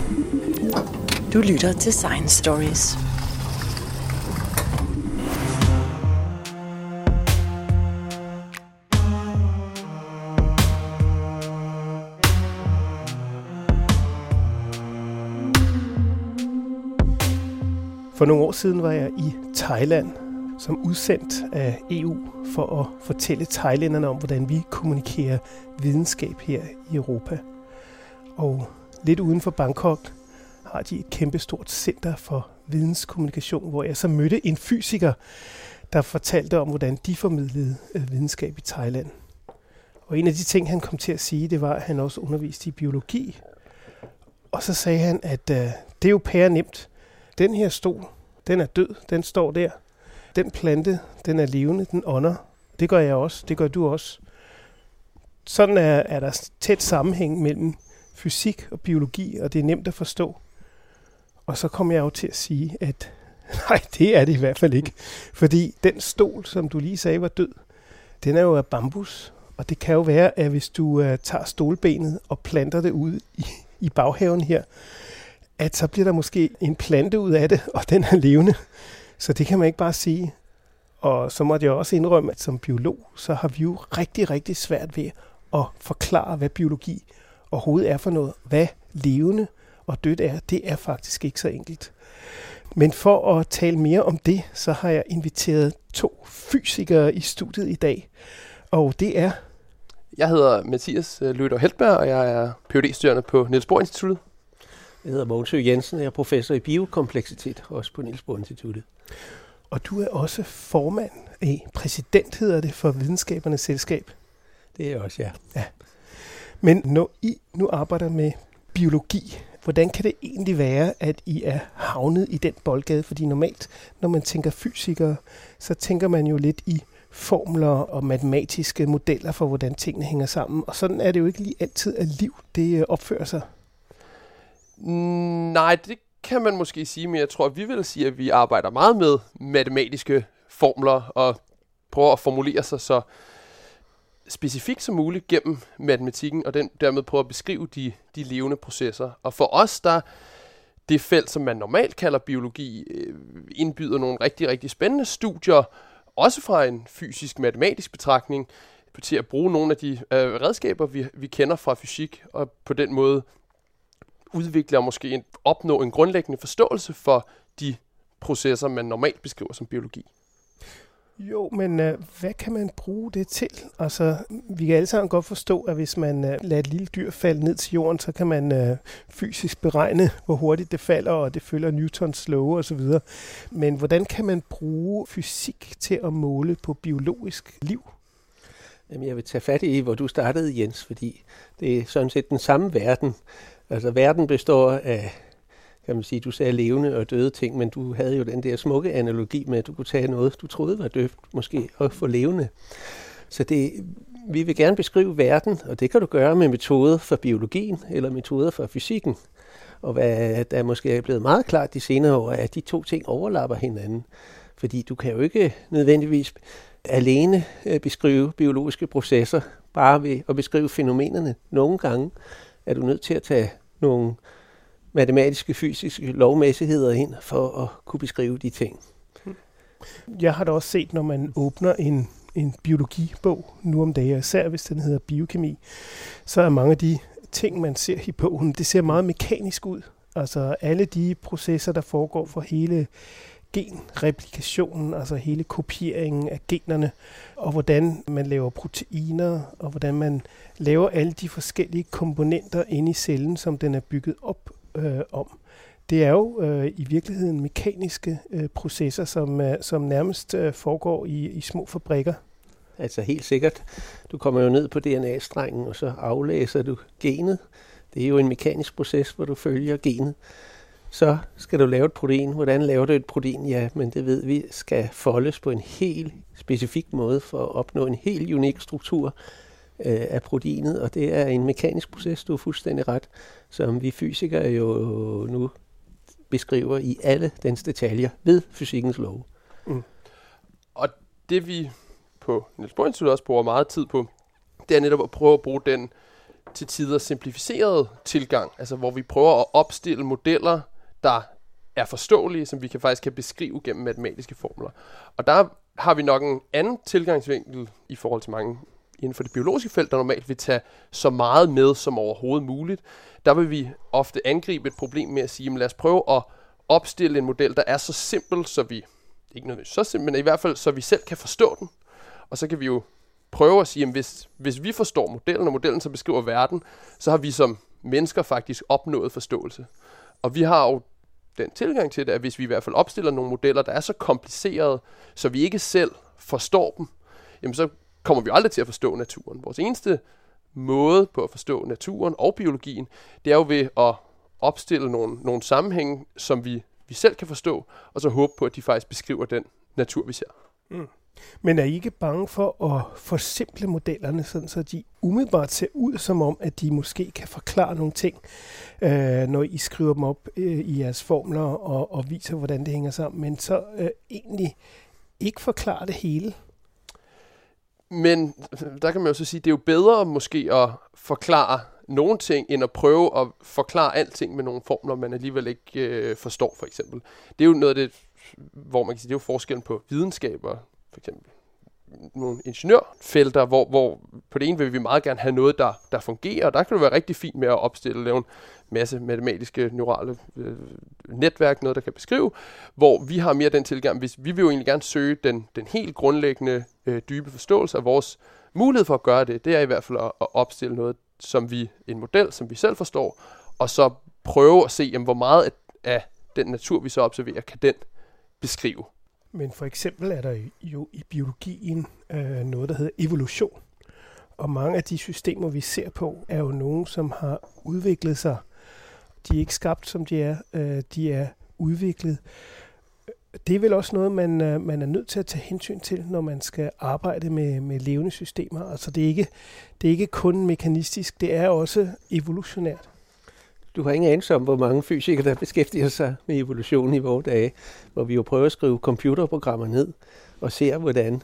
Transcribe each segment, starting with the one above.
Du lytter til Science Stories. For nogle år siden var jeg i Thailand som udsendt af EU for at fortælle thailænderne om, hvordan vi kommunikerer videnskab her i Europa. Og lidt uden for Bangkok har de et kæmpestort center for videnskommunikation, hvor jeg så mødte en fysiker, der fortalte om, hvordan de formidlede videnskab i Thailand. Og en af de ting, han kom til at sige, det var, at han også underviste i biologi. Og så sagde han, at det er jo pærenemt. Den her stol, den er død, den står der. Den plante, den er levende, den ånder. Det gør jeg også, det gør du også. Sådan er der tæt sammenhæng mellem fysik og biologi, og det er nemt at forstå. Og så kom jeg jo til at sige, at nej, det er det i hvert fald ikke. Fordi den stol, som du lige sagde var død, den er jo af bambus. Og det kan jo være, at hvis du tager stolbenet og planter det ud i baghaven her, at så bliver der måske en plante ud af det, og den er levende. Så det kan man ikke bare sige. Og så måtte jeg også indrømme, at som biolog, så har vi jo rigtig, rigtig svært ved at forklare, hvad biologi overhovedet er for noget. Hvad levende og dødt er, det er faktisk ikke så enkelt. Men for at tale mere om det, så har jeg inviteret 2 fysikere i studiet i dag. Og det er... Jeg hedder Mathias Løtter Heltberg, og jeg er Ph.D.-studerende på Niels Bohr Instituttet. Jeg hedder Mogens Høgh Jensen, og jeg er professor i biokompleksitet, også på Niels Bohr Instituttet. Og du er også formand præsident, hedder det, for Videnskabernes Selskab. Det er også, ja. Men når I nu arbejder med biologi, hvordan kan det egentlig være, at I er havnet i den boldgade? Fordi normalt, når man tænker fysikere, så tænker man jo lidt i formler og matematiske modeller for, hvordan tingene hænger sammen. Og sådan er det jo ikke lige altid, at liv det opfører sig. Nej, det kan man måske sige, men jeg tror, at vi vil sige, at vi arbejder meget med matematiske formler og prøver at formulere sig så specifikt som muligt gennem matematikken, og dermed prøver at beskrive de levende processer. Og for os, der det felt, som man normalt kalder biologi, indbyder nogle rigtig, rigtig spændende studier, også fra en fysisk-matematisk betragtning, til at bruge nogle af de redskaber, vi kender fra fysik, og på den måde udvikle og måske opnå en grundlæggende forståelse for de processer, man normalt beskriver som biologi. Jo, men hvad kan man bruge det til? Altså, vi kan alle sammen godt forstå, at hvis man lader et lille dyr falde ned til jorden, så kan man fysisk beregne, hvor hurtigt det falder, og det følger Newtons love osv. Men hvordan kan man bruge fysik til at måle på biologisk liv? Jamen, jeg vil tage fat i, hvor du startede, Jens, fordi det er sådan set den samme verden. Altså, verden består af, kan man sige, du sagde levende og døde ting, men du havde jo den der smukke analogi med, at du kunne tage noget, du troede var dødt, måske, og få levende. Så vi vil gerne beskrive verden, og det kan du gøre med metoder for biologien eller metoder for fysikken. Og hvad der måske er blevet meget klart de senere år, er, at de 2 ting overlapper hinanden. Fordi du kan jo ikke nødvendigvis alene beskrive biologiske processer, bare ved at beskrive fænomenerne. Nogle gange er du nødt til at tage nogle matematiske, fysiske lovmæssigheder ind for at kunne beskrive de ting. Jeg har da også set, når man åbner en biologibog nu om dagen, især hvis den hedder biokemi, så er mange af de ting, man ser i bogen, det ser meget mekanisk ud. Altså alle de processer, der foregår for hele genreplikationen, altså hele kopieringen af generne, og hvordan man laver proteiner, og hvordan man laver alle de forskellige komponenter inde i cellen, som den er bygget op om. Det er jo i virkeligheden mekaniske processer, som nærmest foregår i små fabrikker. Altså helt sikkert. Du kommer jo ned på DNA-strengen, og så aflæser du genet. Det er jo en mekanisk proces, hvor du følger genet. Så skal du lave et protein. Hvordan laver du et protein? Ja, men det ved vi skal foldes på en helt specifik måde for at opnå en helt unik struktur af proteinet, og det er en mekanisk proces, du er fuldstændig ret, som vi fysikere jo nu beskriver i alle dens detaljer ved fysikkens love. Mm. Og det vi på Niels Bohr Instituttet også bruger meget tid på, det er netop at prøve at bruge den til tider simplificeret tilgang, altså hvor vi prøver at opstille modeller, der er forståelige, som vi faktisk kan beskrive gennem matematiske formler. Og der har vi nok en anden tilgangsvinkel i forhold til mange inden for det biologiske felt, der normalt vil tage så meget med som overhovedet muligt. Der vil vi ofte angribe et problem med at sige, lad os prøve at opstille en model, der er så simpel, så vi, ikke nødvendigvis så simpel, men i hvert fald, så vi selv kan forstå den. Og så kan vi jo prøve at sige, at hvis vi forstår modellen, og modellen så beskriver verden, så har vi som mennesker faktisk opnået forståelse. Og vi har jo den tilgang til det, at hvis vi i hvert fald opstiller nogle modeller, der er så komplicerede, så vi ikke selv forstår dem, jamen så kommer vi aldrig til at forstå naturen. Vores eneste måde på at forstå naturen og biologien, det er jo ved at opstille nogle sammenhænge, som vi selv kan forstå, og så håbe på, at de faktisk beskriver den natur, vi ser. Mm. Men er I ikke bange for at forsimple modellerne, sådan så de umiddelbart ser ud som om, at de måske kan forklare nogle ting, når I skriver dem op i jeres formler og viser, hvordan det hænger sammen, men så egentlig ikke forklare det hele? Men der kan man jo så sige, at det er jo bedre måske at forklare nogle ting, end at prøve at forklare alting med nogle formler, man alligevel ikke forstår, for eksempel. Det er jo noget af det, hvor man kan sige, det er jo forskellen på videnskaber, for eksempel nogle ingeniørfelter, hvor på det ene vil vi meget gerne have noget, der fungerer, og der kan det være rigtig fint med at opstille en masse matematiske neurale netværk, noget der kan beskrive, hvor vi har mere den tilgang, hvis vi vil jo egentlig gerne søge den helt grundlæggende dybe forståelse af vores mulighed for at gøre det, det er i hvert fald at opstille noget, en model, som vi selv forstår, og så prøve at se, jamen, hvor meget af den natur, vi så observerer, kan den beskrive. Men for eksempel er der jo i biologien noget, der hedder evolution. Og mange af de systemer, vi ser på, er jo nogen, som har udviklet sig. De er ikke skabt, som de er. De er udviklet. Det er vel også noget, man er nødt til at tage hensyn til, når man skal arbejde med levende systemer. Altså det er ikke kun mekanistisk, det er også evolutionært. Du har ingen anelse om, hvor mange fysikere, der beskæftiger sig med evolution i vore dage, hvor vi jo prøver at skrive computerprogrammer ned og ser, hvordan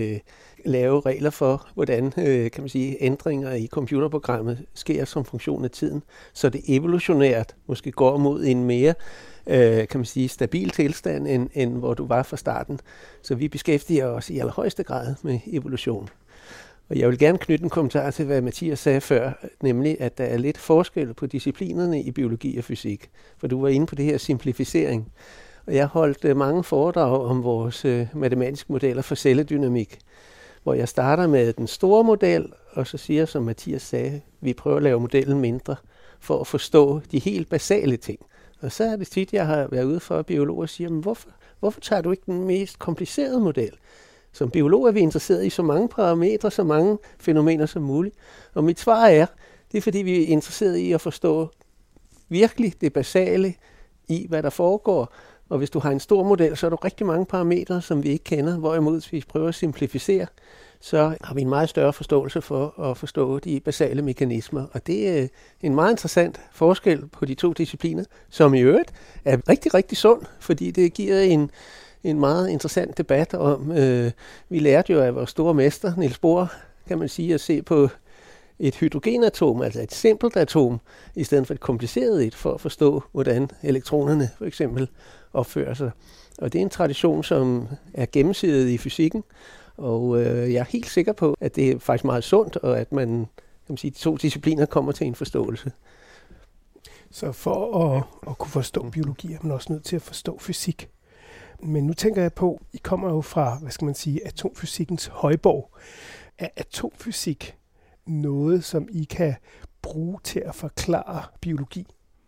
lave regler for, hvordan kan man sige, ændringer i computerprogrammet sker som funktion af tiden. Så det evolutionært måske går mod en mere kan man sige, stabil tilstand, end hvor du var fra starten. Så vi beskæftiger os i allerhøjeste grad med evolution. Og jeg vil gerne knytte en kommentar til, hvad Mathias sagde før, nemlig at der er lidt forskel på disciplinerne i biologi og fysik. For du var inde på det her simplificering. Og jeg holdt mange foredrag om vores matematiske modeller for celledynamik, hvor jeg starter med den store model, og så siger, som Mathias sagde, vi prøver at lave modellen mindre, for at forstå de helt basale ting. Og så er det tit, jeg har været ude for, at biologer siger, men hvorfor tager du ikke den mest komplicerede model? Som biolog er vi interesseret i så mange parametre, så mange fænomener som muligt. Og mit svar er, det er fordi, vi er interesseret i at forstå virkelig det basale i, hvad der foregår. Og hvis du har en stor model, så er der rigtig mange parametre, som vi ikke kender. Hvorimod, hvis vi prøver at simplificere, så har vi en meget større forståelse for at forstå de basale mekanismer. Og det er en meget interessant forskel på de to discipliner, som i øvrigt er rigtig, rigtig sund, fordi det giver en meget interessant debat om, vi lærte jo af vores store mester, Niels Bohr, kan man sige, at se på et hydrogenatom, altså et simpelt atom, i stedet for et kompliceret et, for at forstå, hvordan elektronerne for eksempel opfører sig. Og det er en tradition, som er gennemsidet i fysikken, og jeg er helt sikker på, at det er faktisk meget sundt, og at man, kan man sige, de to discipliner kommer til en forståelse. Så for at kunne forstå biologi, er man også nødt til at forstå fysik. Men nu tænker jeg på, I kommer jo fra, hvad skal man sige, atomfysikkens højborg. Er atomfysik noget, som I kan bruge til at forklare biologi?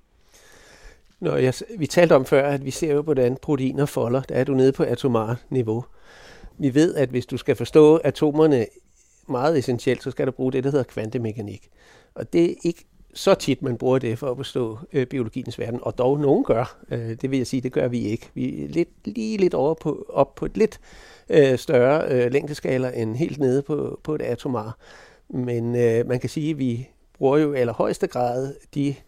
Vi talte om før, at vi ser jo, hvordan proteiner folder. Der er du nede på atomar niveau. Vi ved, at hvis du skal forstå atomerne meget essentielt, så skal du bruge det, der hedder kvantemekanik. Og det er ikke så tit, man bruger det for at forstå biologiens verden, og dog nogen gør. Det vil jeg sige, det gør vi ikke. Vi er lige lidt op på et lidt større længdeskala end helt nede på et atomar. Men man kan sige, at vi bruger jo i allerhøjeste grad de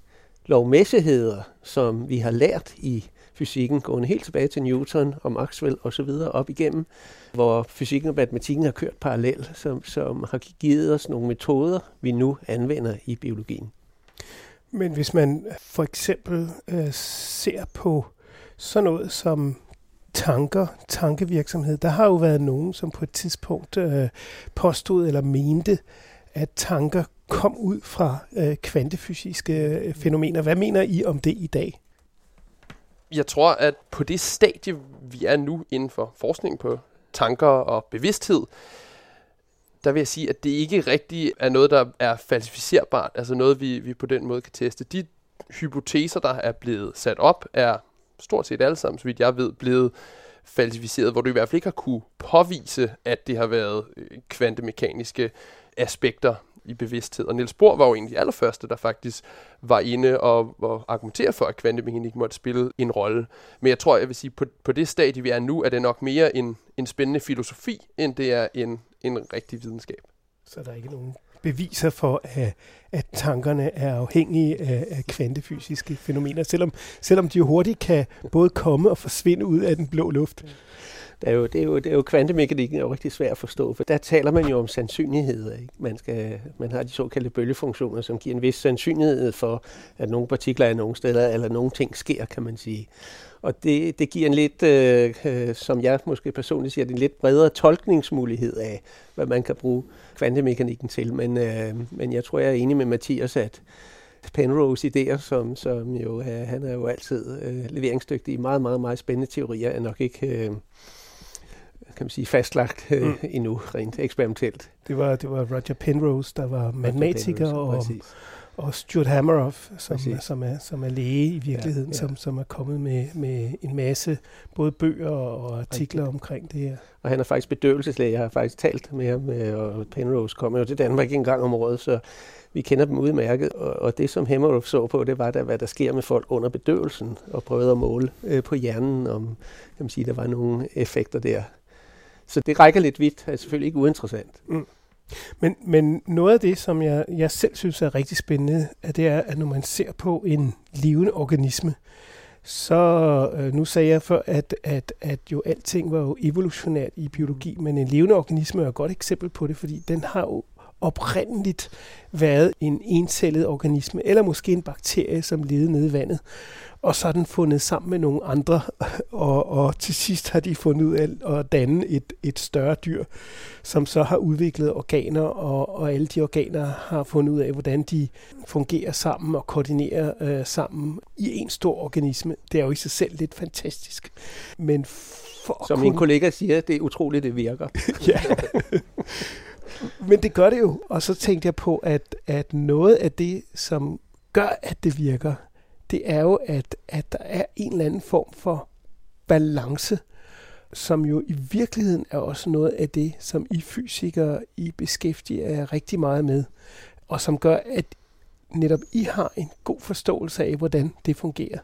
lovmæssigheder, som vi har lært i fysikken, gående helt tilbage til Newton og Maxwell osv. op igennem, hvor fysikken og matematikken har kørt parallelt, som har givet os nogle metoder, vi nu anvender i biologien. Men hvis man for eksempel ser på sådan noget som tankevirksomhed, der har jo været nogen, som på et tidspunkt påstod eller mente, at tanker kom ud fra kvantefysiske fænomener. Hvad mener I om det i dag? Jeg tror, at på det stadie, vi er nu inden for forskning på tanker og bevidsthed, der vil jeg sige, at det ikke rigtig er noget, der er falsificerbart, altså noget, vi på den måde kan teste. De hypoteser, der er blevet sat op, er stort set alle sammen, så vidt jeg ved, blevet falsificeret, hvor du i hvert fald ikke har kunne påvise, at det har været kvantemekaniske aspekter i bevidsthed. Og Niels Bohr var jo en af de allerførste, der faktisk var inde og argumentere for, at kvantemekanik måtte spille en rolle. Men jeg tror, jeg vil sige, på det stadie, vi er nu, er det nok mere en spændende filosofi, end det er en rigtig videnskab. Så der er ikke nogen beviser for, at tankerne er afhængige af kvantefysiske fænomener, selvom de hurtigt kan både komme og forsvinde ud af den blå luft. Det er jo kvantemekanikken er jo rigtig svært at forstå, for der taler man jo om sandsynligheder. Ikke? Man har de såkaldte bølgefunktioner, som giver en vis sandsynlighed for, at nogle partikler er nogle steder, eller nogle ting sker, kan man sige. Og det giver en lidt, som jeg måske personligt siger, en lidt bredere tolkningsmulighed af, hvad man kan bruge kvantemekanikken til. Men jeg tror, jeg er enig med Mathias, at Penrose idéer, som jo han er jo altid leveringsdygtig i meget, meget, meget spændende teorier, er nok ikke kan man sige, fastlagt endnu rent eksperimentelt. Det var Roger Penrose, der var matematiker, og Stuart Hameroff, som er læge i virkeligheden, som er kommet med en masse både bøger og artikler omkring det her. Og han er faktisk bedøvelseslæge. Jeg har faktisk talt med ham, og Penrose kommer jo til Danmark en gang om året, så vi kender dem udmærket. Og det, som Hameroff så på, det var, hvad der sker med folk under bedøvelsen, og prøvede at måle på hjernen, om kan man sige, der var nogle effekter der. Så det rækker lidt vidt, er selvfølgelig ikke uinteressant. Mm. Men noget af det, som jeg selv synes er rigtig spændende, det er, at når man ser på en levende organisme, så nu sagde jeg før, at jo alting var jo evolutionært i biologi, men en levende organisme er et godt eksempel på det, fordi den har jo oprindeligt været en encellet organisme, eller måske en bakterie, som levede nede i vandet. Og så er den fundet sammen med nogle andre, og til sidst har de fundet ud af at danne et større dyr, som så har udviklet organer, og alle de organer har fundet ud af, hvordan de fungerer sammen og koordinerer sammen i en stor organisme. Det er jo i sig selv lidt fantastisk. Men som min kollega siger, det er utroligt, det virker. Ja. Men det gør det jo. Og så tænkte jeg på, at noget af det, som gør, at det virker, det er jo, at der er en eller anden form for balance, som jo i virkeligheden er også noget af det, som I fysikere I beskæftiger jer rigtig meget med, og som gør, at netop I har en god forståelse af, hvordan det fungerer.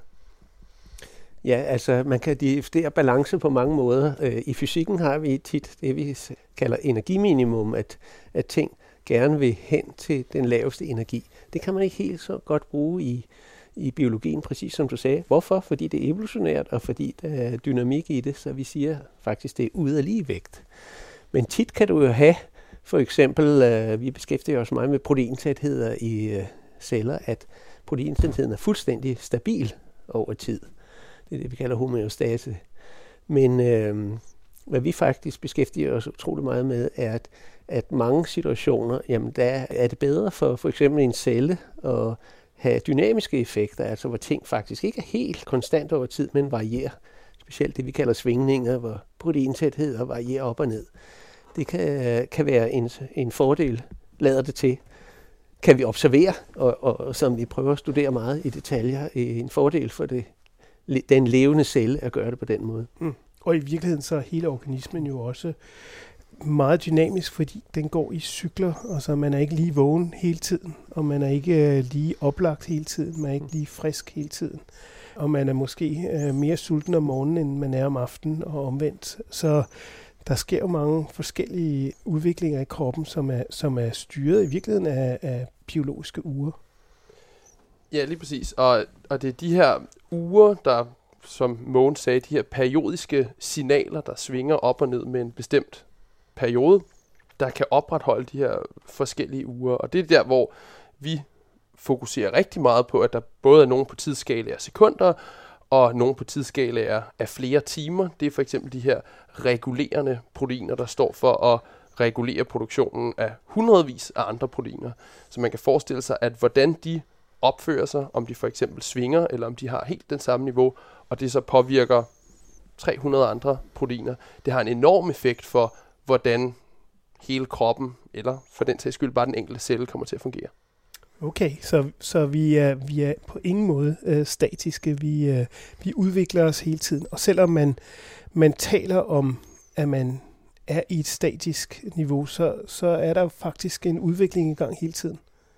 Ja, altså man kan definere balance på mange måder. I fysikken har vi tit det, vi kalder energiminimum, at ting gerne vil hen til den laveste energi. Det kan man ikke helt så godt bruge i biologien, præcis som du sagde. Hvorfor? Fordi det er evolutionært, og fordi der er dynamik i det, så vi siger faktisk, det er ud af ligevægt. Men tit kan du jo have, for eksempel, vi beskæftiger os meget med proteintætheder i celler, at proteintætheden er fuldstændig stabil over tid. Det er det, vi kalder homeostase. Men hvad vi faktisk beskæftiger os utrolig meget med, er, at mange situationer, jamen der er det bedre for eksempel en celle at have dynamiske effekter, altså hvor ting faktisk ikke er helt konstant over tid, men varierer. Specielt det, vi kalder svingninger, hvor proteintætheder varierer op og ned. Det kan være en fordel, lader det til. Kan vi observere, og som vi prøver at studere meget i detaljer, en fordel for den levende celle at gøre det på den måde. Mm. Og i virkeligheden så er hele organismen jo også meget dynamisk, fordi den går i cykler, og så man er ikke lige vågen hele tiden, og man er ikke lige oplagt hele tiden, man er ikke lige frisk hele tiden, og man er måske mere sulten om morgenen, end man er om aftenen, og omvendt. Så der sker jo mange forskellige udviklinger i kroppen, som er styret i virkeligheden af biologiske uger. Ja, lige præcis. Og det er de her uger, der, som Mogens sagde, de her periodiske signaler, der svinger op og ned med en bestemt periode, der kan opretholde de her forskellige uger. Og det er der, hvor vi fokuserer rigtig meget på, at der både er nogen på tidsskalaer sekunder, og nogen på tidsskalaer af flere timer. Det er for eksempel de her regulerende proteiner, der står for at regulere produktionen af hundredvis af andre proteiner. Så man kan forestille sig, at hvordan de opfører sig, om de for eksempel svinger, eller om de har helt den samme niveau, og det så påvirker 300 andre proteiner. Det har en enorm effekt for, hvordan hele kroppen, eller for den sags skyld bare den enkelte celle, kommer til at fungere. Okay, så vi er på ingen måde statiske. Vi udvikler os hele tiden. Og selvom man taler om, at man er i et statisk niveau, så er der faktisk en udvikling i gang hele tiden.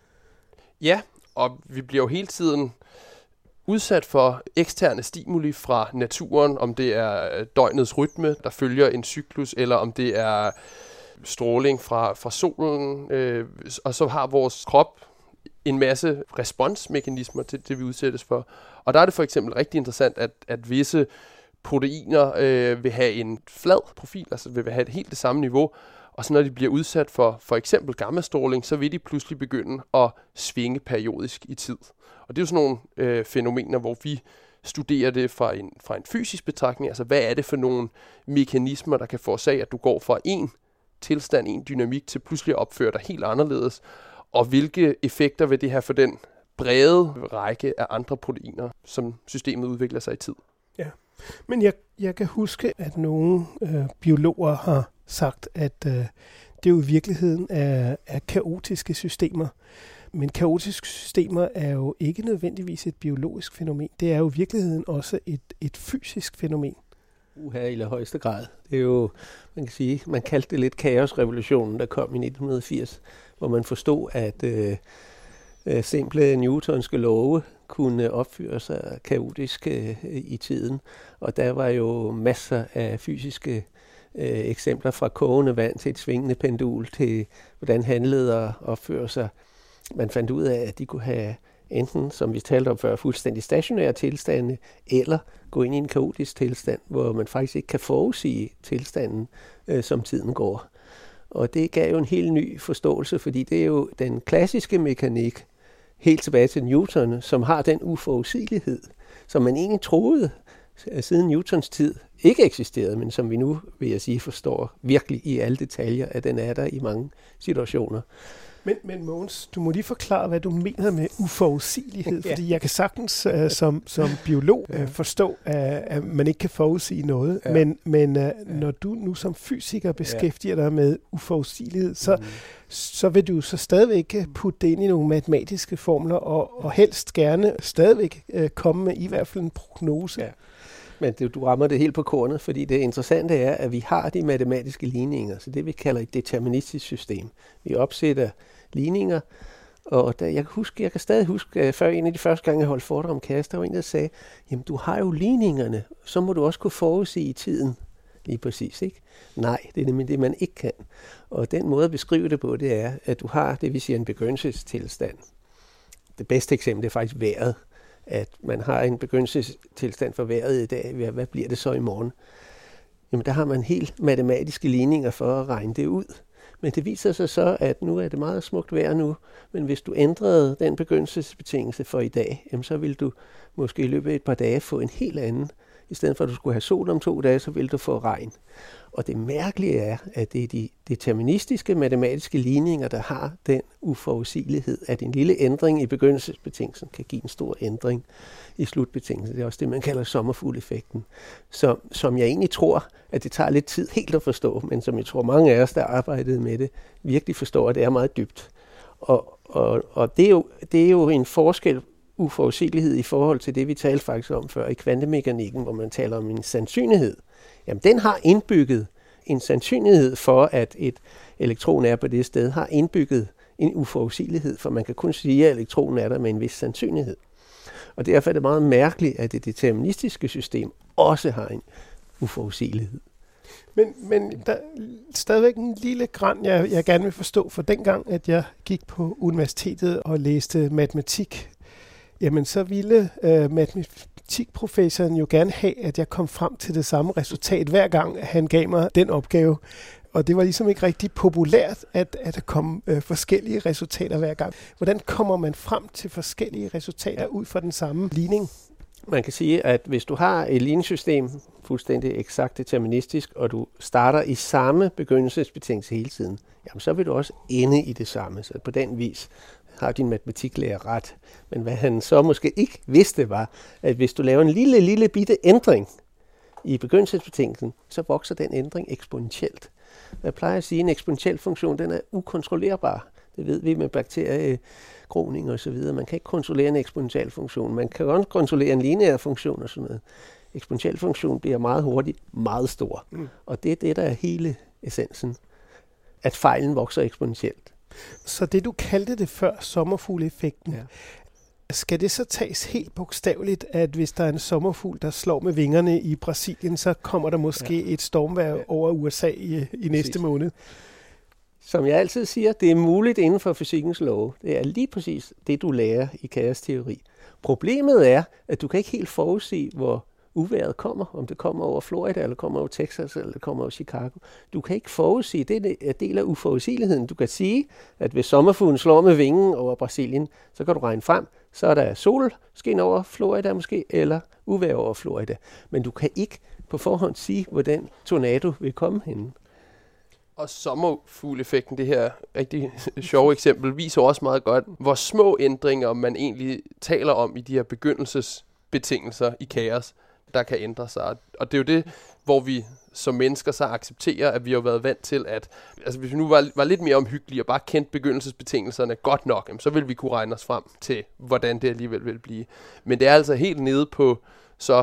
Ja, og vi bliver jo hele tiden udsat for eksterne stimuli fra naturen, om det er døgnets rytme, der følger en cyklus, eller om det er stråling fra solen, og så har vores krop en masse responsmekanismer til det, vi udsættes for. Og der er det for eksempel rigtig interessant, at visse proteiner vil have en flad profil, altså vil have helt det samme niveau, og så når de bliver udsat for eksempel gammastråling, så vil de pludselig begynde at svinge periodisk i tid. Og det er jo sådan nogle fænomener, hvor vi studerer det fra en fysisk betragtning. Altså hvad er det for nogle mekanismer, der kan forårsage, at du går fra en tilstand, en dynamik, til pludselig at opføre dig helt anderledes, og hvilke effekter vil det have for den brede række af andre proteiner, som systemet udvikler sig i tid. Ja, men jeg kan huske, at nogle biologer har sagt, at det jo i virkeligheden er kaotiske systemer. Men kaotiske systemer er jo ikke nødvendigvis et biologisk fænomen. Det er jo i virkeligheden også et fysisk fænomen. Her i højeste grad. Det er jo, man kan sige, man kaldte det lidt kaosrevolutionen, der kom i 1980, hvor man forstod, at simple newtonske love kunne opføre sig kaotisk i tiden. Og der var jo masser af fysiske eksempler fra kogende vand til et svingende pendul til, hvordan handleder opfører sig. Man fandt ud af, at de kunne have enten, som vi talte om før, fuldstændig stationære tilstande, eller gå ind i en kaotisk tilstand, hvor man faktisk ikke kan forudsige tilstanden, som tiden går. Og det gav jo en helt ny forståelse, fordi det er jo den klassiske mekanik, helt tilbage til Newton, som har den uforudsigelighed, som man egentlig troede siden Newtons tid ikke eksisterede, men som vi nu, vil jeg sige, forstår virkelig i alle detaljer, at den er der i mange situationer. Men Mogens, du må lige forklare, hvad du mener med uforudsigelighed, fordi jeg kan sagtens som biolog forstå, at man ikke kan forudsige noget, men når du nu som fysiker beskæftiger dig med uforudsigelighed, så vil du så stadigvæk putte det ind i nogle matematiske formler, og helst gerne stadigvæk komme med i hvert fald en prognose. Ja. Men du rammer det helt på kornet, fordi det interessante er, at vi har de matematiske ligninger, så det vi kalder et deterministisk system. Vi opsætter ligninger, og jeg kan stadig huske, før en af de første gange, jeg holdt foredrag om kaos, der var en, der sagde, jamen du har jo ligningerne, så må du også kunne forudsige tiden. Lige præcis, ikke? Nej, det er nemlig det, man ikke kan. Og den måde at beskrive det på, det er, at du har det, vi siger, en begyndelsestilstand. Det bedste eksempel er faktisk vejret. At man har en begyndelsestilstand for vejret i dag. Hvad bliver det så i morgen? Jamen, der har man helt matematiske ligninger for at regne det ud. Men det viser sig så, at nu er det meget smukt vejr nu, men hvis du ændrede den begyndelsesbetingelse for i dag, jamen, så vil du måske i løbet af et par dage få en helt anden. I stedet for at du skulle have sol om 2 dage, så vil du få regn. Og det mærkelige er, at det er de deterministiske matematiske ligninger, der har den uforudsigelighed, at en lille ændring i begyndelsesbetingelsen kan give en stor ændring i slutbetingelsen. Det er også det, man kalder sommerfugleffekten. Som jeg egentlig tror, at det tager lidt tid helt at forstå, men som jeg tror mange af os, der arbejdede med det, virkelig forstår, at det er meget dybt. Og det er jo en forskel, uforudsigelighed i forhold til det, vi talte faktisk om før i kvantemekanikken, hvor man taler om en sandsynlighed. Jamen, den har indbygget en sandsynlighed for, at et elektron er på det sted, har indbygget en uforudsigelighed, for man kan kun sige, at elektronen er der med en vis sandsynlighed. Og derfor er det meget mærkeligt, at det deterministiske system også har en uforudsigelighed. Men der er stadigvæk en lille gran, jeg gerne vil forstå, for dengang, at jeg gik på universitetet og læste matematik, jamen så ville matematikprofessoren jo gerne have, at jeg kom frem til det samme resultat hver gang, han gav mig den opgave. Og det var ligesom ikke rigtig populært, at der kom forskellige resultater hver gang. Hvordan kommer man frem til forskellige resultater ud fra den samme ligning? Man kan sige, at hvis du har et ligningssystem, fuldstændig eksakt deterministisk, og du starter i samme begyndelsesbetingelse hele tiden, jamen så vil du også ende i det samme. Så på den vis har din matematiklærer ret. Men hvad han så måske ikke vidste var, at hvis du laver en lille bitte ændring i begyndelsesbetingelsen, så vokser den ændring eksponentielt. Jeg plejer at sige, at en eksponentiel funktion, den er ukontrollerbar. Det ved vi med bakteriegroning og så videre. Man kan ikke kontrollere en eksponentiel funktion. Man kan også kontrollere en lineær funktion og sådan noget. Eksponentiel funktion bliver meget hurtigt meget stor. Og det er det, der er hele essensen. At fejlen vokser eksponentielt. Så det, du kaldte det før, sommerfugleffekten, skal det så tages helt bogstaveligt, at hvis der er en sommerfugl, der slår med vingerne i Brasilien, så kommer der måske et stormvejr over USA i næste måned? Som jeg altid siger, det er muligt inden for fysikkens love. Det er lige præcis det, du lærer i kaosteori. Problemet er, at du kan ikke helt forudsige, hvor uvejret kommer, om det kommer over Florida, eller kommer over Texas, eller det kommer over Chicago. Du kan ikke forudsige, det er en del af uforudsigeligheden. Du kan sige, at hvis sommerfuglen slår med vingen over Brasilien, så kan du regne frem, så er der solskin over Florida måske, eller uvejr over Florida. Men du kan ikke på forhånd sige, hvordan tornado vil komme henne. Og sommerfugleffekten, det her rigtig sjove eksempel, viser også meget godt, hvor små ændringer man egentlig taler om i de her begyndelsesbetingelser i kaos, der kan ændre sig. Og det er jo det, hvor vi som mennesker så accepterer, at vi har været vant til, at altså hvis vi nu var lidt mere omhyggelige og bare kendte begyndelsesbetingelserne godt nok, så ville vi kunne regne os frem til, hvordan det alligevel vil blive. Men det er altså helt nede på så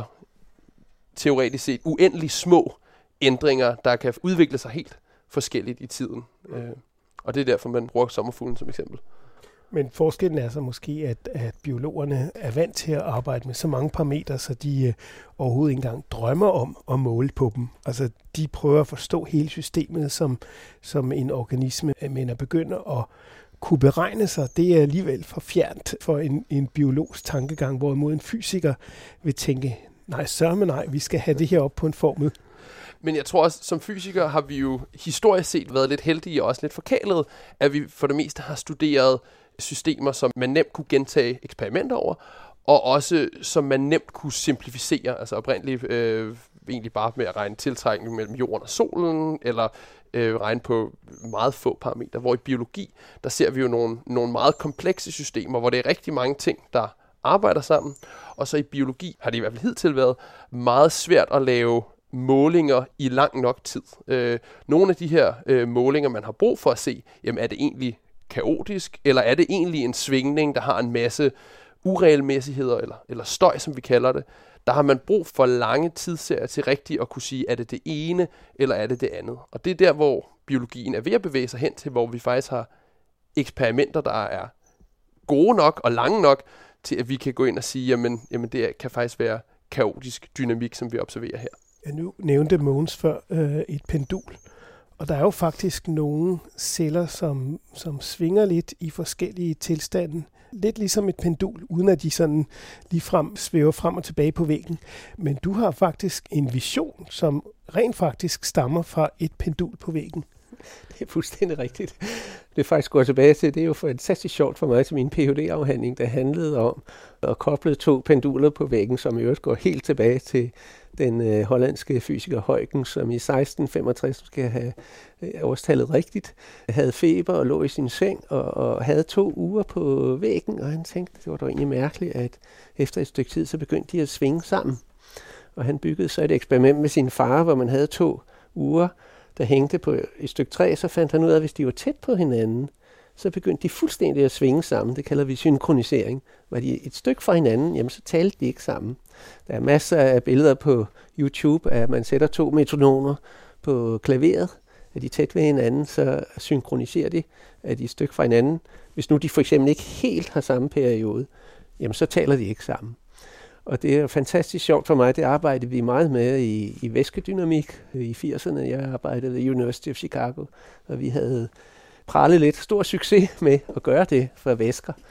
teoretisk set uendelig små ændringer, der kan udvikle sig helt forskelligt i tiden. Og det er derfor, man bruger sommerfuglen som eksempel. Men forskellen er så måske, at biologerne er vant til at arbejde med så mange parametre, så de overhovedet ikke engang drømmer om at måle på dem. Altså, de prøver at forstå hele systemet som en organisme, men at begynde at kunne beregne sig, det er alligevel for fjernt for en biologs tankegang, hvorimod en fysiker vil tænke, nej, sørme nej, vi skal have det her op på en formel. Men jeg tror også, som fysikere har vi jo historisk set været lidt heldige og også lidt forkælede, at vi for det meste har studeret systemer, som man nemt kunne gentage eksperimenter over, og også som man nemt kunne simplificere, altså oprindeligt egentlig bare med at regne tiltrækning mellem jorden og solen, eller regne på meget få parametre. Hvor i biologi, der ser vi jo nogle meget komplekse systemer, hvor det er rigtig mange ting, der arbejder sammen, og så i biologi har det i hvert fald hidtil været meget svært at lave målinger i lang nok tid. Nogle af de her målinger, man har brug for at se, jamen er det egentlig kaotisk, eller er det egentlig en svingning, der har en masse uregelmæssigheder, eller støj, som vi kalder det. Der har man brug for lange tidsserier til rigtigt at kunne sige, er det det ene, eller er det det andet. Og det er der, hvor biologien er ved at bevæge sig hen til, hvor vi faktisk har eksperimenter, der er gode nok og lange nok, til at vi kan gå ind og sige, jamen det kan faktisk være kaotisk dynamik, som vi observerer her. Jeg nu nævnte Mogens før et pendul, og der er jo faktisk nogle celler, som svinger lidt i forskellige tilstande. Lidt ligesom et pendul, uden at de sådan ligefrem svæver frem og tilbage på væggen. Men du har faktisk en vision, som rent faktisk stammer fra et pendul på væggen. Det er fuldstændig rigtigt. Det faktisk går tilbage til, det er jo fantastisk sjovt for mig til min Ph.D.-afhandling, der handlede om at koble 2 penduler på væggen, som i øvrigt går helt tilbage til den hollandske fysiker Huygens, som i 1665, skal have årstallet rigtigt, havde feber og lå i sin seng og havde 2 uger på væggen, og han tænkte, det var da egentlig mærkeligt, at efter et stykke tid, så begyndte de at svinge sammen. Og han byggede så et eksperiment med sin far, hvor man havde 2 uger, der hængte på et stykke træ, så fandt han ud af, at hvis de var tæt på hinanden, så begyndte de fuldstændig at svinge sammen. Det kalder vi synkronisering. Var de et stykke fra hinanden, jamen så talte de ikke sammen. Der er masser af billeder på YouTube, at man sætter 2 metronomer på klaveret. Er de tæt ved hinanden, så synkroniserer de, at de er et stykke fra hinanden. Hvis nu de for eksempel ikke helt har samme periode, jamen så taler de ikke sammen. Og det er fantastisk sjovt for mig. Det arbejdede vi meget med i væskedynamik i 80'erne. Jeg arbejdede ved University of Chicago, og vi havde pralet lidt stor succes med at gøre det for væsker.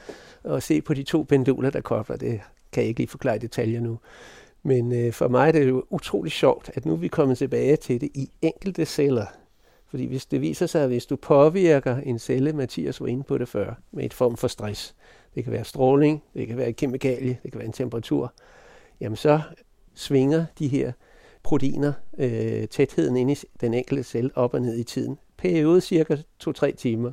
og se på de 2 penduler, der kobler. Det kan jeg ikke lige forklare i detaljer nu. Men for mig er det jo utroligt sjovt, at nu er vi kommet tilbage til det i enkelte celler. Fordi hvis det viser sig, at hvis du påvirker en celle, Mathias var inde på det før, med et form for stress, det kan være stråling, det kan være et kemikalie, det kan være en temperatur, jamen så svinger de her proteiner tætheden inde i den enkelte celle op og ned i tiden. Periode cirka 2-3 timer.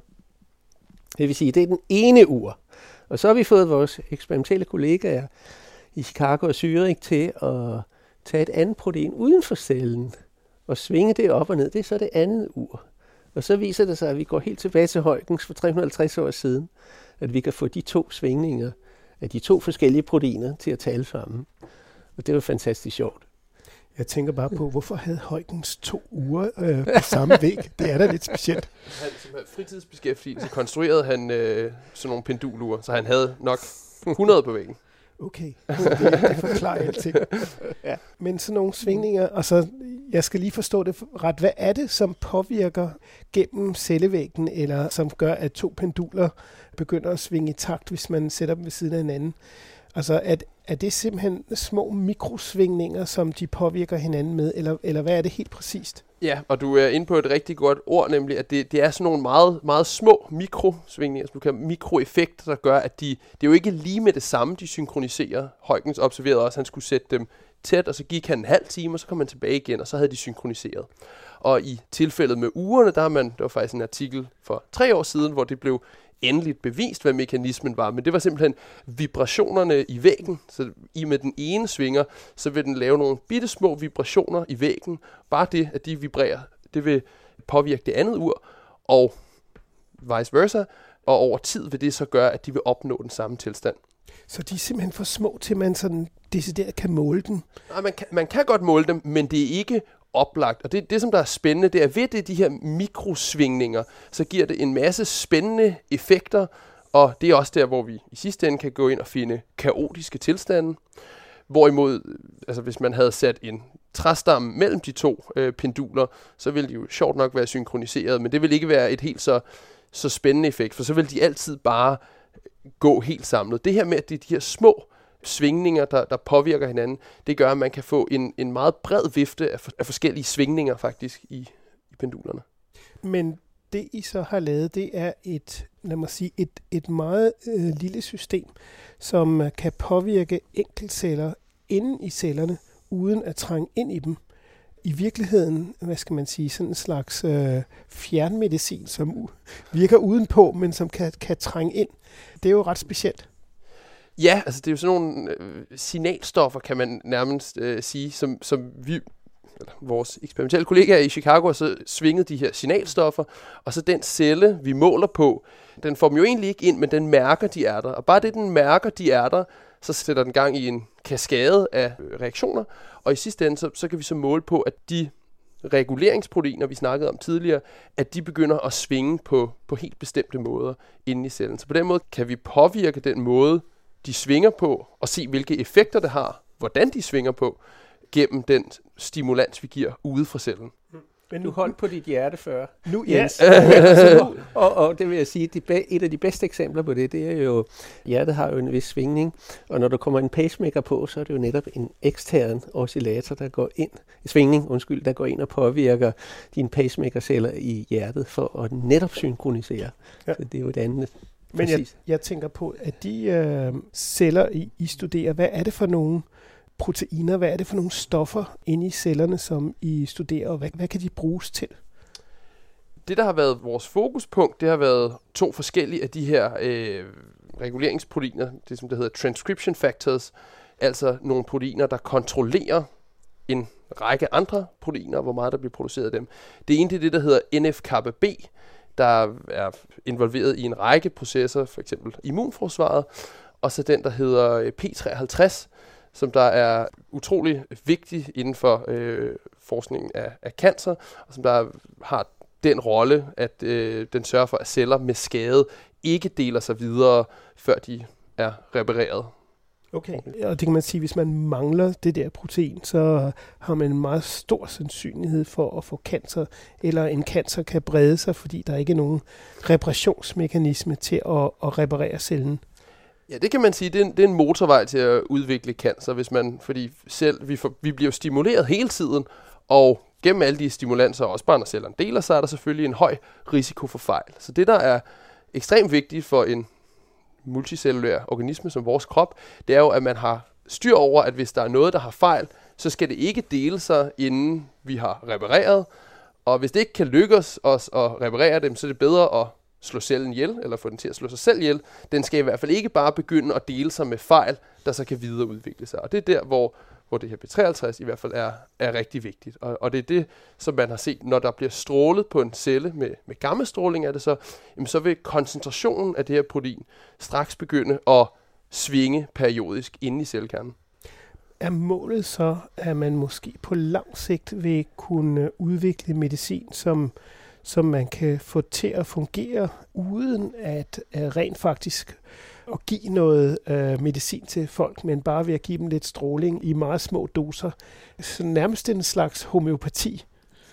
Det vil sige, det er den ene ur. Og så har vi fået vores eksperimentelle kollegaer i Chicago og Zürich til at tage et andet protein uden for cellen og svinge det op og ned. Det er så det andet ur. Og så viser det sig, at vi går helt tilbage til Huygens for 350 år siden, at vi kan få de 2 svingninger af de 2 forskellige proteiner til at tale sammen. Og det er jo fantastisk sjovt. Jeg tænker bare på, hvorfor havde Huygens 2 uger på samme væg? Det er da lidt specielt. Han som fritidsbeskæftigelse konstruerede han sådan nogle pendulure, så han havde nok 100 på væggen. Okay, det forklarer alting. Ja. Men sådan nogle svingninger, altså jeg skal lige forstå det ret. Hvad er det, som påvirker gennem cellevæggen, eller som gør, at 2 penduler begynder at svinge i takt, hvis man sætter dem ved siden af hinanden? Altså er det simpelthen små mikrosvingninger, som de påvirker hinanden med, eller hvad er det helt præcist? Ja, og du er inde på et rigtig godt ord, nemlig at det er sådan nogle meget, meget små mikrosvingninger, som du kan mikroeffekter, der gør, at det er jo ikke lige med det samme, de synkroniserer. Huygens observerede også, at han skulle sætte dem tæt, og så gik han en halv time, og så kom han tilbage igen, og så havde de synkroniseret. Og i tilfældet med ugerne, der var faktisk en artikel for 3 år siden, hvor det blev endeligt bevist, hvad mekanismen var, men det var simpelthen vibrationerne i væggen. Så i med den ene svinger, så vil den lave nogle bitte små vibrationer i væggen. Bare det, at de vibrerer, det vil påvirke det andet ur, og vice versa. Og over tid vil det så gøre, at de vil opnå den samme tilstand. Så de er simpelthen for små til, man sådan decideret kan måle dem? Nej, man kan godt måle dem, men det er ikke oplagt. Og det som der er spændende, det er ved det, de her mikrosvingninger, så giver det en masse spændende effekter, og det er også der, hvor vi i sidste ende kan gå ind og finde kaotiske tilstande. Hvorimod, altså hvis man havde sat en træstamme mellem de 2 penduler, så ville de jo sjovt nok være synkroniseret, men det vil ikke være et helt så spændende effekt, for så vil de altid bare gå helt samlet. Det her med, at det er de her små svingninger, der påvirker hinanden, det gør, at man kan få en meget bred vifte af forskellige svingninger faktisk i pendulerne. Men det I så har lavet, det er et meget lille system, som kan påvirke enkeltceller inden i cellerne, uden at trænge ind i dem. I virkeligheden, sådan en slags fjernmedicin, som virker udenpå, men som kan trænge ind. Det er jo ret specielt. Ja, altså det er jo sådan nogle signalstoffer, kan man nærmest sige, som vi, vores eksperimentelle kollegaer i Chicago, har så svinget de her signalstoffer, og så den celle, vi måler på, den får dem jo egentlig ikke ind, men den mærker, de er der. Og bare det, den mærker, de er der, så sætter den gang i en kaskade af reaktioner, og i sidste ende, så kan vi så måle på, at de reguleringsproteiner, vi snakkede om tidligere, at de begynder at svinge på helt bestemte måder inde i cellen. Så på den måde kan vi påvirke den måde, de svinger på, og se, hvilke effekter det har, hvordan de svinger på, gennem den stimulans, vi giver ude fra cellen. Men du holdt på dit hjerte før. Nu, yes. og det vil jeg sige, et af de bedste eksempler på det er jo, hjertet har jo en vis svingning, og når der kommer en pacemaker på, så er det jo netop en ekstern oscillator, der går ind og påvirker dine pacemaker-celler i hjertet, for at netop synkronisere. Ja. Så det er jo et andet. Men jeg tænker på, at de celler, I studerer, hvad er det for nogle proteiner, hvad er det for nogle stoffer inde i cellerne, som I studerer, og hvad kan de bruges til? Det, der har været vores fokuspunkt, det har været 2 forskellige af de her reguleringsproteiner, det som det hedder transcription factors, altså nogle proteiner, der kontrollerer en række andre proteiner, hvor meget der bliver produceret af dem. Det ene det er det, der hedder NF-kappa B, der er involveret i en række processer, for eksempel immunforsvaret, og så den, der hedder P53, som der er utrolig vigtig inden for forskningen af cancer, og som der har den rolle, at den sørger for, at celler med skade ikke deler sig videre, før de er repareret. Okay, og det kan man sige, hvis man mangler det der protein, så har man en meget stor sandsynlighed for at få cancer, eller en cancer kan brede sig, fordi der ikke er nogen reparationsmekanisme til at reparere cellen. Ja, det kan man sige. Det er en motorvej til at udvikle cancer, hvis man, fordi vi bliver stimuleret hele tiden, og gennem alle de stimulanser, også bare når cellerne deler, så er der selvfølgelig en høj risiko for fejl. Så det, der er ekstremt vigtigt for en multicellulær organisme som vores krop, det er jo, at man har styr over, at hvis der er noget, der har fejl, så skal det ikke dele sig, inden vi har repareret. Og hvis det ikke kan lykkes os at reparere dem, så er det bedre at slå cellen ihjel, eller få den til at slå sig selv ihjel. Den skal i hvert fald ikke bare begynde at dele sig med fejl, der så kan videreudvikle sig. Og det er der, hvor det her B53 i hvert fald er rigtig vigtigt. Og det er det, som man har set, når der bliver strålet på en celle med gammastråling, er det så vil koncentrationen af det her protein straks begynde at svinge periodisk inde i cellekernen. Er målet så, at man måske på lang sigt vil kunne udvikle medicin, som man kan få til at fungere, uden at rent faktisk at give noget medicin til folk, men bare ved at give dem lidt stråling i meget små doser? Så nærmest en slags homeopati.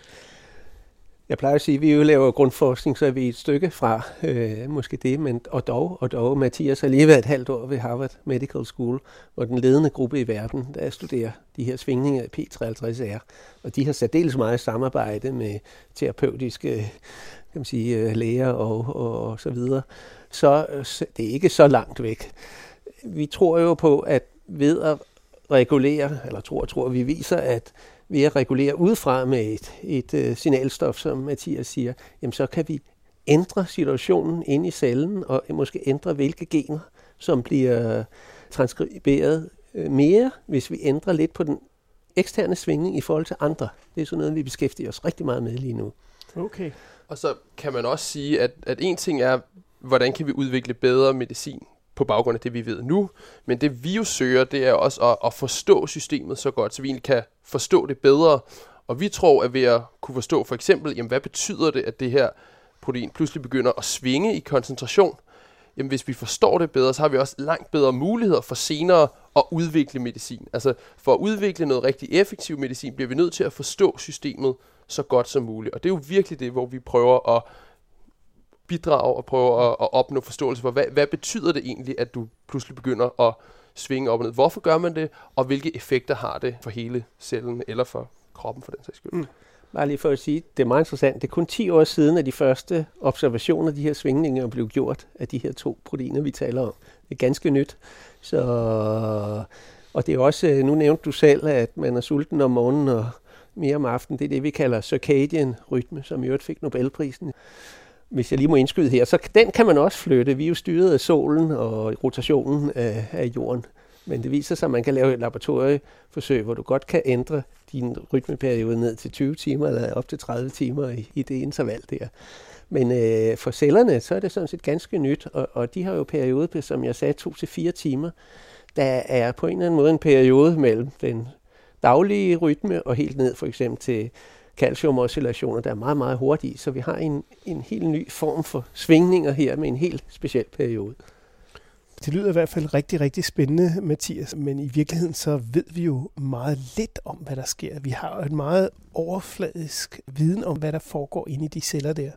Jeg plejer at sige, at vi jo laver grundforskning, så er vi et stykke fra måske det, men og dog. Mathias har lige været et halvt år ved Harvard Medical School, hvor den ledende gruppe i verden, der studerer de her svingninger i P53R, og de har særdeles meget samarbejde med terapeutiske kan man sige, læger og så videre. Så det er ikke så langt væk. Vi tror jo på, at ved at regulere, eller tror vi viser, at ved at regulere udefra med et signalstof, som Mathias siger, jamen så kan vi ændre situationen inde i cellen, og måske ændre hvilke gener, som bliver transkriberet mere, hvis vi ændrer lidt på den eksterne svingning i forhold til andre. Det er sådan noget, vi beskæftiger os rigtig meget med lige nu. Okay. Og så kan man også sige, at en ting er, hvordan kan vi udvikle bedre medicin på baggrund af det, vi ved nu. Men det, vi jo søger, det er også at forstå systemet så godt, så vi egentlig kan forstå det bedre. Og vi tror, at ved at kunne forstå for eksempel, jamen, hvad betyder det, at det her protein pludselig begynder at svinge i koncentration? Jamen, hvis vi forstår det bedre, så har vi også langt bedre muligheder for senere at udvikle medicin. Altså, for at udvikle noget rigtig effektiv medicin, bliver vi nødt til at forstå systemet så godt som muligt. Og det er jo virkelig det, hvor vi prøver at bidrage og prøve at opnå forståelse for, hvad betyder det egentlig, at du pludselig begynder at svinge op og ned? Hvorfor gør man det, og hvilke effekter har det for hele cellen, eller for kroppen for den sags skyld? Bare lige for at sige, det er meget interessant. Det er kun 10 år siden, at de første observationer af de her svingninger blev gjort af de her 2 proteiner, vi taler om. Det er ganske nyt. Og det er også, nu nævnte du selv, at man er sulten om morgenen og mere om aftenen. Det er det, vi kalder circadian rytme, som i øvrigt fik Nobelprisen. Hvis jeg lige må indskyde her, så den kan man også flytte. Vi er jo styret af solen og rotationen af jorden. Men det viser sig, at man kan lave et laboratorieforsøg, hvor du godt kan ændre din rytmeperiode ned til 20 timer eller op til 30 timer i det interval der. Men for cellerne, så er det sådan set ganske nyt, og de har jo periode, som jeg sagde, 2 til 4 timer. Der er på en eller anden måde en periode mellem den daglige rytme og helt ned for eksempel til calciumoscillationer, der er meget, meget hurtige. Så vi har en helt ny form for svingninger her med en helt speciel periode. Det lyder i hvert fald rigtig, rigtig spændende, Mathias, men i virkeligheden så ved vi jo meget lidt om, hvad der sker. Vi har jo en meget overfladisk viden om, hvad der foregår inde i de celler der.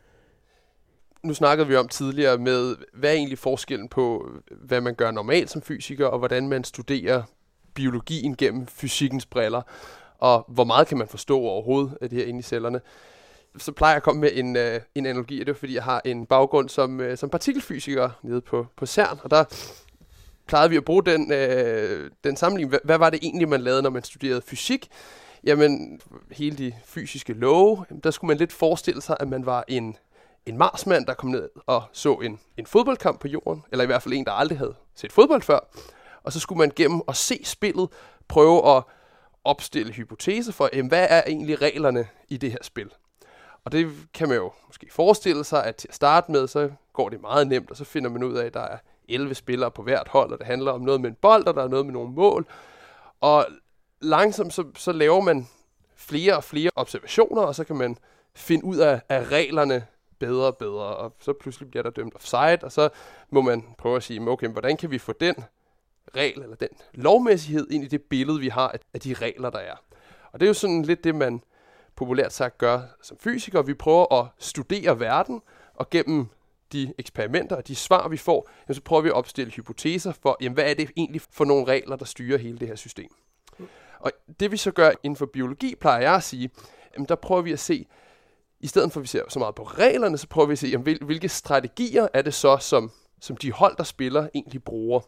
Nu snakkede vi om tidligere med, hvad er egentlig forskellen på, hvad man gør normalt som fysiker, og hvordan man studerer biologien gennem fysikkens briller, og hvor meget kan man forstå overhovedet af det her inde i cellerne. Så plejer jeg at komme med en analogi, og det er fordi, jeg har en baggrund som partikelfysiker nede på CERN, og der plejede vi at bruge den sammenligning. Hvad var det egentlig, man lavede, når man studerede fysik? Jamen, hele de fysiske love, der skulle man lidt forestille sig, at man var en marsmand, der kom ned og så en fodboldkamp på jorden, eller i hvert fald en, der aldrig havde set fodbold før. Og så skulle man gennem at se spillet prøve at opstille hypoteser for, hvad er egentlig reglerne i det her spil? Og det kan man jo måske forestille sig, at til at starte med, så går det meget nemt, og så finder man ud af, at der er 11 spillere på hvert hold, og det handler om noget med en bold, og der er noget med nogle mål. Og langsomt så laver man flere og flere observationer, og så kan man finde ud af reglerne bedre og bedre, og så pludselig bliver der dømt offside, og så må man prøve at sige, okay, hvordan kan vi få den regel, eller den lovmæssighed ind i det billede, vi har af de regler, der er. Og det er jo sådan lidt det, man populært sagt gør som fysiker. Vi prøver at studere verden, og gennem de eksperimenter og de svar, vi får, jamen, så prøver vi at opstille hypoteser for, jamen, hvad er det egentlig for nogle regler, der styrer hele det her system. Og det vi så gør inden for biologi, plejer jeg at sige, jamen, der prøver vi at se, i stedet for at vi ser så meget på reglerne, så prøver vi at se, jamen, hvilke strategier er det så, som de hold, der spiller, egentlig bruger.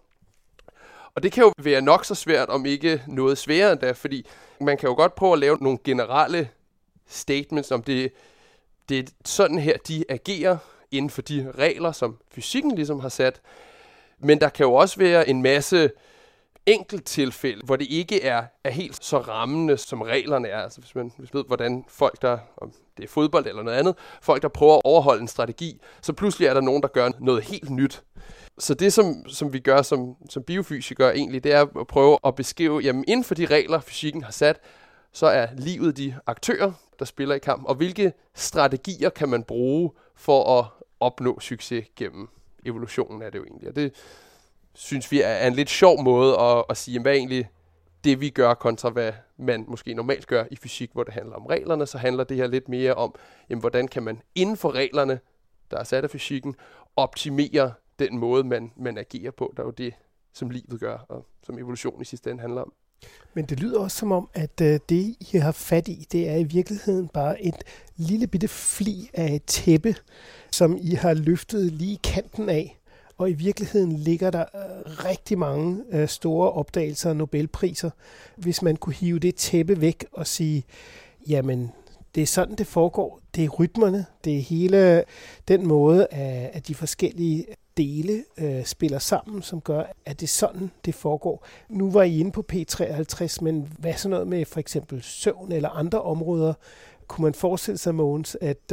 Og det kan jo være nok så svært, om ikke noget sværere end det, fordi man kan jo godt prøve at lave nogle generelle statements, om det er sådan her, de agerer inden for de regler, som fysikken ligesom har sat. Men der kan jo også være en masse enkelttilfælde, hvor det ikke er helt så rammende, som reglerne er. Altså hvis man ved, hvordan folk, om det er fodbold eller noget andet, folk, der prøver at overholde en strategi, så pludselig er der nogen, der gør noget helt nyt. Så det, som vi gør som biofysikere egentlig, det er at prøve at beskrive, jamen inden for de regler, fysikken har sat, så er livet de aktører, der spiller i kampen, og hvilke strategier kan man bruge for at opnå succes gennem evolutionen, er det jo egentlig. Og det synes vi er en lidt sjov måde at sige, jamen, hvad er egentlig det, vi gør, kontra hvad man måske normalt gør i fysik, hvor det handler om reglerne, så handler det her lidt mere om, jamen, hvordan kan man inden for reglerne, der er sat af fysikken, optimere den måde, man agerer på. Der er jo det, som livet gør, og som evolution i sidste ende handler om. Men det lyder også som om, at det, I har fat i, det er i virkeligheden bare et lille bitte fli af et tæppe, som I har løftet lige kanten af. Og i virkeligheden ligger der rigtig mange store opdagelser og Nobelpriser, hvis man kunne hive det tæppe væk og sige, jamen, det er sådan, det foregår. Det er rytmerne. Det er hele den måde, at de forskellige dele spiller sammen, som gør, at det er sådan, det foregår. Nu var I inde på P53, men hvad så noget med for eksempel søvn eller andre områder? Kunne man forestille sig, Mogens, at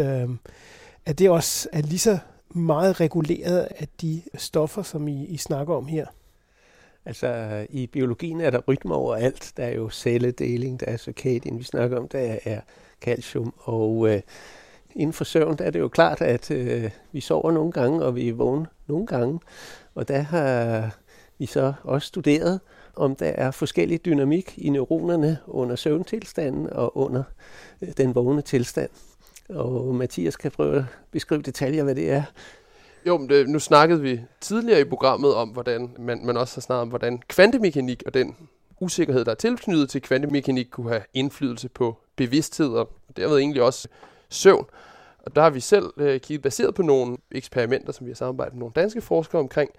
det også er lige så meget reguleret af de stoffer, som I snakker om her? Altså, i biologien er der rytmer overalt. Der er jo celledeling, der er circadian, vi snakker om, der er calcium, og inden for søvn, der er det jo klart, at vi sover nogle gange, og vi er vågne nogle gange. Og der har vi så også studeret, om der er forskellig dynamik i neuronerne under søvntilstanden og under den vågne tilstand. Og Mathias kan prøve at beskrive detaljer, hvad det er. Jo, men nu snakkede vi tidligere i programmet om, hvordan man også har snakket om, hvordan kvantemekanik og den usikkerhed, der er tilknyttet til kvantemekanik, kunne have indflydelse på bevidsthed og derved egentlig også søvn. Og der har vi selv kigget baseret på nogle eksperimenter, som vi har samarbejdet med nogle danske forskere omkring,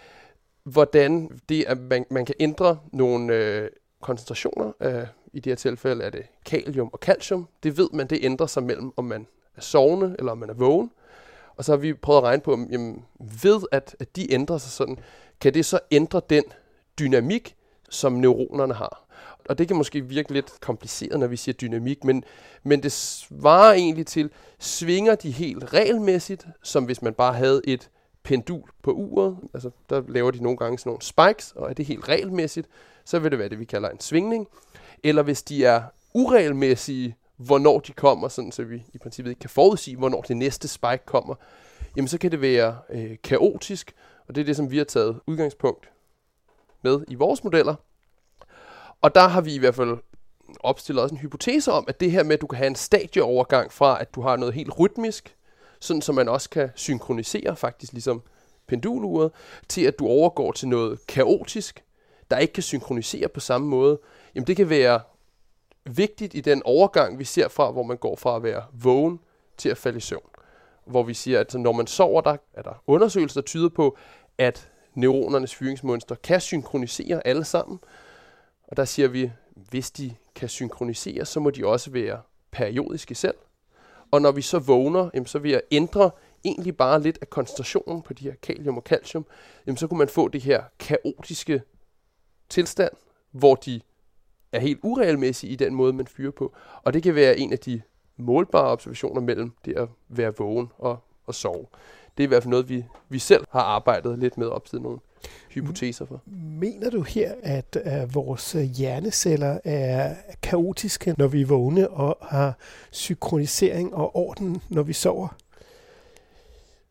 hvordan det, at man kan ændre nogle koncentrationer. I det her tilfælde er det kalium og calcium. Det ved man, det ændrer sig mellem, om man er sovende eller om man er vågen. Og så har vi prøvet at regne på, jamen, ved at de ændrer sig sådan, kan det så ændre den dynamik, som neuronerne har. Og det kan måske virke lidt kompliceret, når vi siger dynamik, men det svarer egentlig til, svinger de helt regelmæssigt, som hvis man bare havde et pendul på uret. Altså, der laver de nogle gange sådan nogle spikes, og er det helt regelmæssigt, så vil det være det, vi kalder en svingning. Eller hvis de er uregelmæssige, hvornår de kommer, sådan så vi i princippet ikke kan forudsige, hvornår det næste spike kommer, jamen så kan det være kaotisk, og det er det, som vi har taget udgangspunkt med i vores modeller. Og der har vi i hvert fald opstillet også en hypotese om, at det her med, at du kan have en stadieovergang fra, at du har noget helt rytmisk, sådan som man også kan synkronisere, faktisk ligesom penduluret, til at du overgår til noget kaotisk, der ikke kan synkronisere på samme måde. Jamen det kan være vigtigt i den overgang, vi ser fra, hvor man går fra at være vågen til at falde i søvn. Hvor vi siger, at når man sover, der er der undersøgelser, der tyder på, at neuronernes fyringsmønster kan synkronisere alle sammen. Og der siger vi, hvis de kan synkronisere, så må de også være periodiske selv. Og når vi så vågner, jamen, så vil jeg ændre egentlig bare lidt af koncentrationen på de her kalium og calcium, jamen, så kunne man få det her kaotiske tilstand, hvor de er helt uregelmæssige i den måde, man fyrer på. Og det kan være en af de målbare observationer mellem det at være vågen og sove. Det er i hvert fald noget, vi selv har arbejdet lidt med at opstille nogle hypoteser for. Mener du her, at vores hjerneceller er kaotiske, når vi er vågne, og har synkronisering og orden, når vi sover?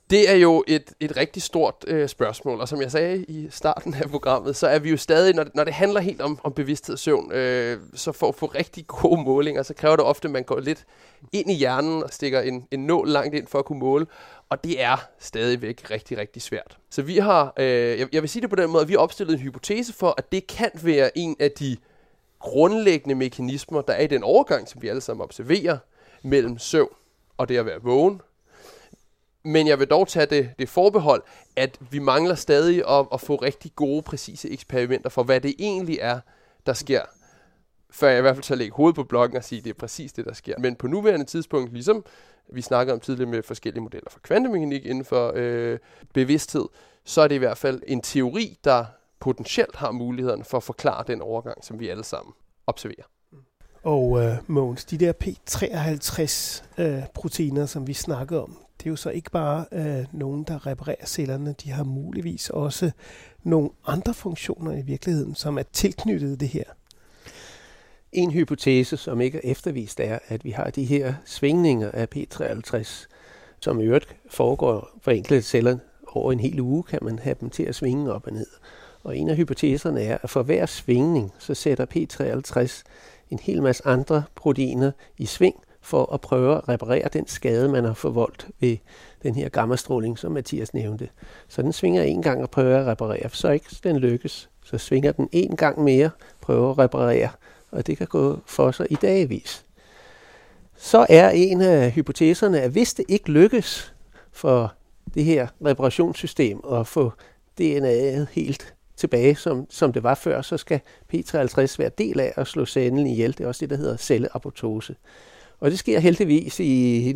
Det er jo et rigtig stort spørgsmål, og som jeg sagde i starten af programmet, så er vi jo stadig, når det handler helt om bevidsthed og søvn, så for at få rigtig gode målinger, så kræver det ofte, at man går lidt ind i hjernen og stikker en nål langt ind for at kunne måle, og det er stadigvæk rigtig, rigtig svært. Så vi har, jeg vil sige det på den måde, at vi har opstillet en hypotese for, at det kan være en af de grundlæggende mekanismer, der er i den overgang, som vi alle sammen observerer, mellem søvn og det at være vågen. Men jeg vil dog tage det forbehold, at vi mangler stadig at få rigtig gode, præcise eksperimenter for, hvad det egentlig er, der sker. Før jeg i hvert fald så lægge hovedet på blokken og sige, at det er præcis det, der sker. Men på nuværende tidspunkt, ligesom vi snakkede om tidligere med forskellige modeller for kvantemekanik inden for bevidsthed, så er det i hvert fald en teori, der potentielt har mulighederne for at forklare den overgang, som vi alle sammen observerer. Og Mogens, de der P53-proteiner, som vi snakkede om, det er jo så ikke bare nogen, der reparerer cellerne. De har muligvis også nogle andre funktioner i virkeligheden, som er tilknyttet det her. En hypotese, som ikke er eftervist, er, at vi har de her svingninger af P53, som i øvrigt foregår for enkelte celler over en hel uge, kan man have dem til at svinge op og ned. Og en af hypoteserne er, at for hver svingning, så sætter P53 en hel masse andre proteiner i sving, for at prøve at reparere den skade, man har forvoldt ved den her gammastråling, som Mathias nævnte. Så den svinger en gang og prøver at reparere, så ikke den lykkes. Så svinger den en gang mere, prøver at reparere, og det kan gå for sig i dagevis. Så er en af hypoteserne, at hvis det ikke lykkes for det her reparationssystem at få DNA'et helt tilbage, som det var før, så skal P53 være del af at slå cellen ihjel. Det er også det, der hedder celleapoptose. Og det sker heldigvis i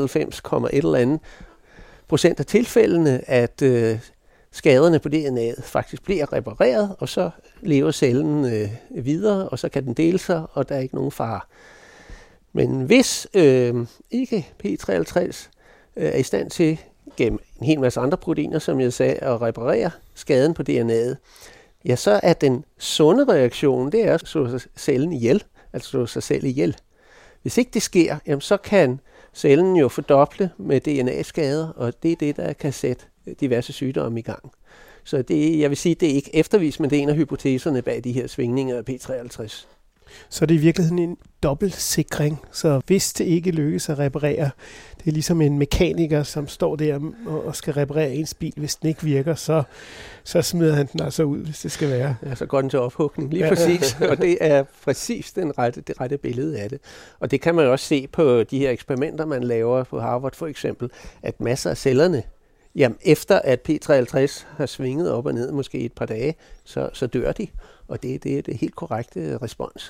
99,1% af tilfældene, at skaderne på DNA'et faktisk bliver repareret, og så lever cellen videre, og så kan den dele sig, og der er ikke nogen fare. Men hvis ikke P53 er i stand til gennem en hel masse andre proteiner, som jeg sagde, at reparere skaden på DNA'et, ja, så er den sunde reaktion, det er at slå cellen ihjel, altså slå sig selv ihjel. Hvis ikke det sker, jamen, så kan cellen jo fordoble med DNA-skader, og det er det, der kan sætte diverse sygdomme i gang. Så det, jeg vil sige, det er ikke eftervist, men det er en af hypoteserne bag de her svingninger af P53. Så det er i virkeligheden en dobbeltsikring. Så hvis det ikke lykkes at reparere, det er ligesom en mekaniker, som står der og skal reparere ens bil. Hvis den ikke virker, så smider han den altså ud, hvis det skal være. Ja, så går den til ophugning. Lige præcis. Og det er præcis det rette billede af det. Og det kan man også se på de her eksperimenter, man laver på Harvard for eksempel, at masser af cellerne, jamen efter at P53 har svinget op og ned måske et par dage, så dør de. Og det er det helt korrekte respons.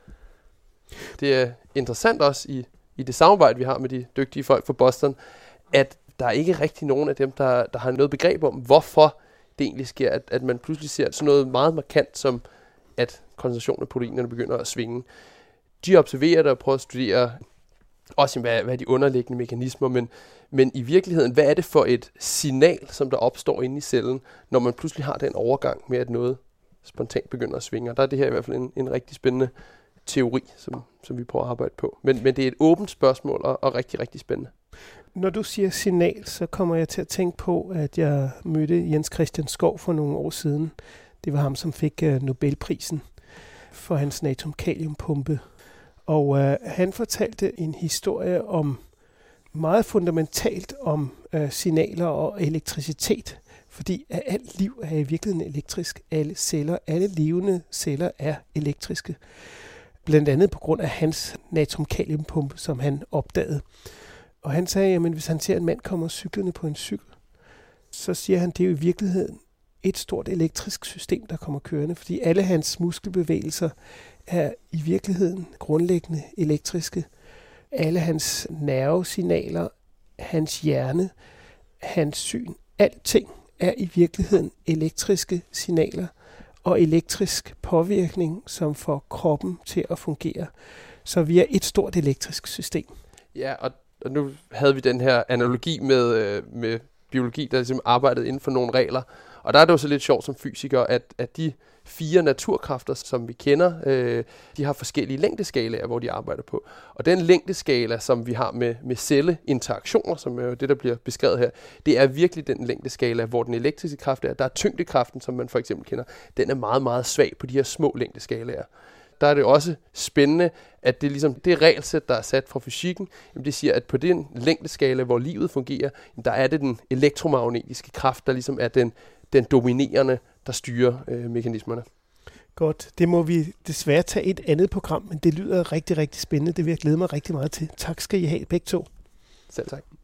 Det er interessant også i det samarbejde, vi har med de dygtige folk fra Boston, at der er ikke rigtig nogen af dem, der har noget begreb om, hvorfor det egentlig sker, at man pludselig ser sådan noget meget markant, som at koncentrationen af proteinerne begynder at svinge. De observerer det og prøver at studere også, hvad er de underliggende mekanismer, men i virkeligheden, hvad er det for et signal, som der opstår inde i cellen, når man pludselig har den overgang med, at noget spontant begynder at svinge. Og der er det her i hvert fald en rigtig spændende teori, som vi prøver at arbejde på. Men det er et åbent spørgsmål og rigtig, rigtig spændende. Når du siger signal, så kommer jeg til at tænke på, at jeg mødte Jens Christian Skov for nogle år siden. Det var ham, som fik Nobelprisen for hans natrium-kaliumpumpe. Og han fortalte en historie om meget fundamentalt om signaler og elektricitet. Fordi alt liv er i virkeligheden elektrisk. Alle celler, alle levende celler er elektriske. Blandt andet på grund af hans natrium-kaliumpumpe, som han opdagede. Og han sagde, at hvis han ser en mand komme cyklende på en cykel, så siger han, at det er jo i virkeligheden et stort elektrisk system, der kommer kørende. Fordi alle hans muskelbevægelser er i virkeligheden grundlæggende elektriske. Alle hans nervesignaler, hans hjerne, hans syn, alting er i virkeligheden elektriske signaler og elektrisk påvirkning, som får kroppen til at fungere. Så vi er et stort elektrisk system. Ja, og nu havde vi den her analogi med biologi, der ligesom arbejdede inden for nogle regler. Og der er det jo så lidt sjovt som fysiker, at de 4 naturkræfter, som vi kender, de har forskellige længdeskalaer, hvor de arbejder på. Og den længdeskala, som vi har med celleinteraktioner, som er jo det, der bliver beskrevet her, det er virkelig den længdeskala, hvor den elektriske kraft er. Der er tyngdekraften, som man for eksempel kender, den er meget, meget svag på de her små længdeskalaer. Der er det også spændende, at det ligesom det regelsæt, der er sat fra fysikken, jamen det siger, at på den længdeskala, hvor livet fungerer, der er det den elektromagnetiske kraft, der ligesom er den dominerende, der styrer mekanismerne. Godt, det må vi desværre tage et andet program, men det lyder rigtig, rigtig spændende. Det vil jeg glæde mig rigtig meget til. Tak skal I have begge to. Selv tak.